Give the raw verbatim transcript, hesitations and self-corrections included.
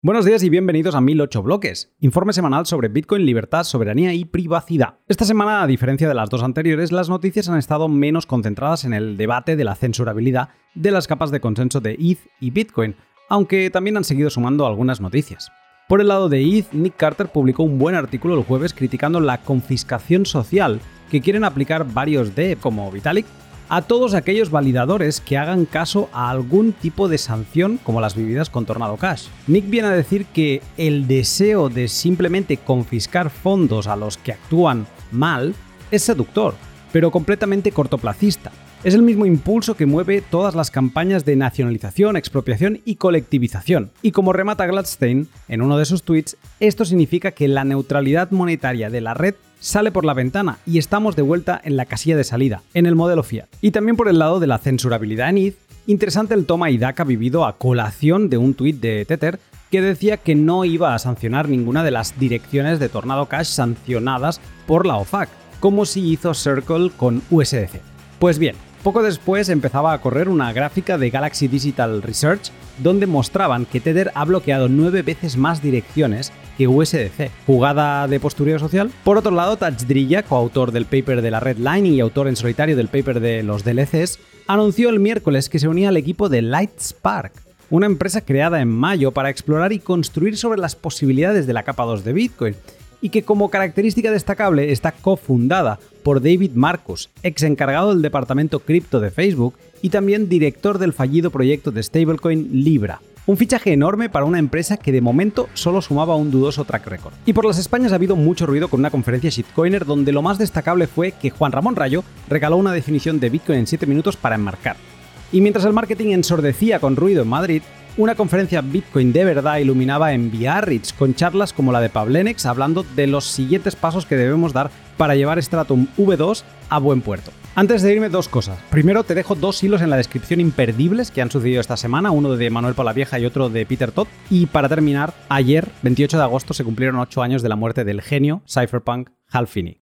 Buenos días y bienvenidos a mil ocho bloques, informe semanal sobre Bitcoin, libertad, soberanía y privacidad. Esta semana, a diferencia de las dos anteriores, las noticias han estado menos concentradas en el debate de la censurabilidad de las capas de consenso de E T H y Bitcoin, aunque también han seguido sumando algunas noticias. Por el lado de E T H, Nick Carter publicó un buen artículo el jueves criticando la confiscación social que quieren aplicar varios D E P, como Vitalik, a todos aquellos validadores que hagan caso a algún tipo de sanción como las vividas con Tornado Cash. Nick viene a decir que el deseo de simplemente confiscar fondos a los que actúan mal es seductor, pero completamente cortoplacista. Es el mismo impulso que mueve todas las campañas de nacionalización, expropiación y colectivización. Y como remata Gladstein en uno de sus tweets, esto significa que la neutralidad monetaria de la red sale por la ventana y estamos de vuelta en la casilla de salida, en el modelo fiat. Y también por el lado de la censurabilidad en E T H, interesante el toma y daca vivido a colación de un tuit de Tether que decía que no iba a sancionar ninguna de las direcciones de Tornado Cash sancionadas por la O F A C, como si hizo Circle con U S D C. Pues bien, poco después empezaba a correr una gráfica de Galaxy Digital Research donde mostraban que Tether ha bloqueado nueve veces más direcciones que U S D C. ¿Jugada de postureo social? Por otro lado, Tachdrilla, coautor del paper de la Red Lightning y autor en solitario del paper de los D L Cs, anunció el miércoles que se unía al equipo de Lightspark, una empresa creada en mayo para explorar y construir sobre las posibilidades de la capa dos de Bitcoin, y que como característica destacable está cofundada por David Marcus, ex encargado del departamento cripto de Facebook y también director del fallido proyecto de stablecoin Libra. Un fichaje enorme para una empresa que de momento solo sumaba un dudoso track record. Y por las Españas ha habido mucho ruido con una conferencia shitcoiner donde lo más destacable fue que Juan Ramón Rayo regaló una definición de Bitcoin en siete minutos para enmarcar. Y mientras el marketing ensordecía con ruido en Madrid, una conferencia Bitcoin de verdad iluminaba en Biarritz con charlas como la de Pavlenex hablando de los siguientes pasos que debemos dar para llevar Stratum V dos a buen puerto. Antes de irme, dos cosas. Primero, te dejo dos hilos en la descripción imperdibles que han sucedido esta semana, uno de Manuel Polavieja y otro de Peter Todd. Y para terminar, ayer, veintiocho de agosto, se cumplieron ocho años de la muerte del genio cypherpunk Hal Finney.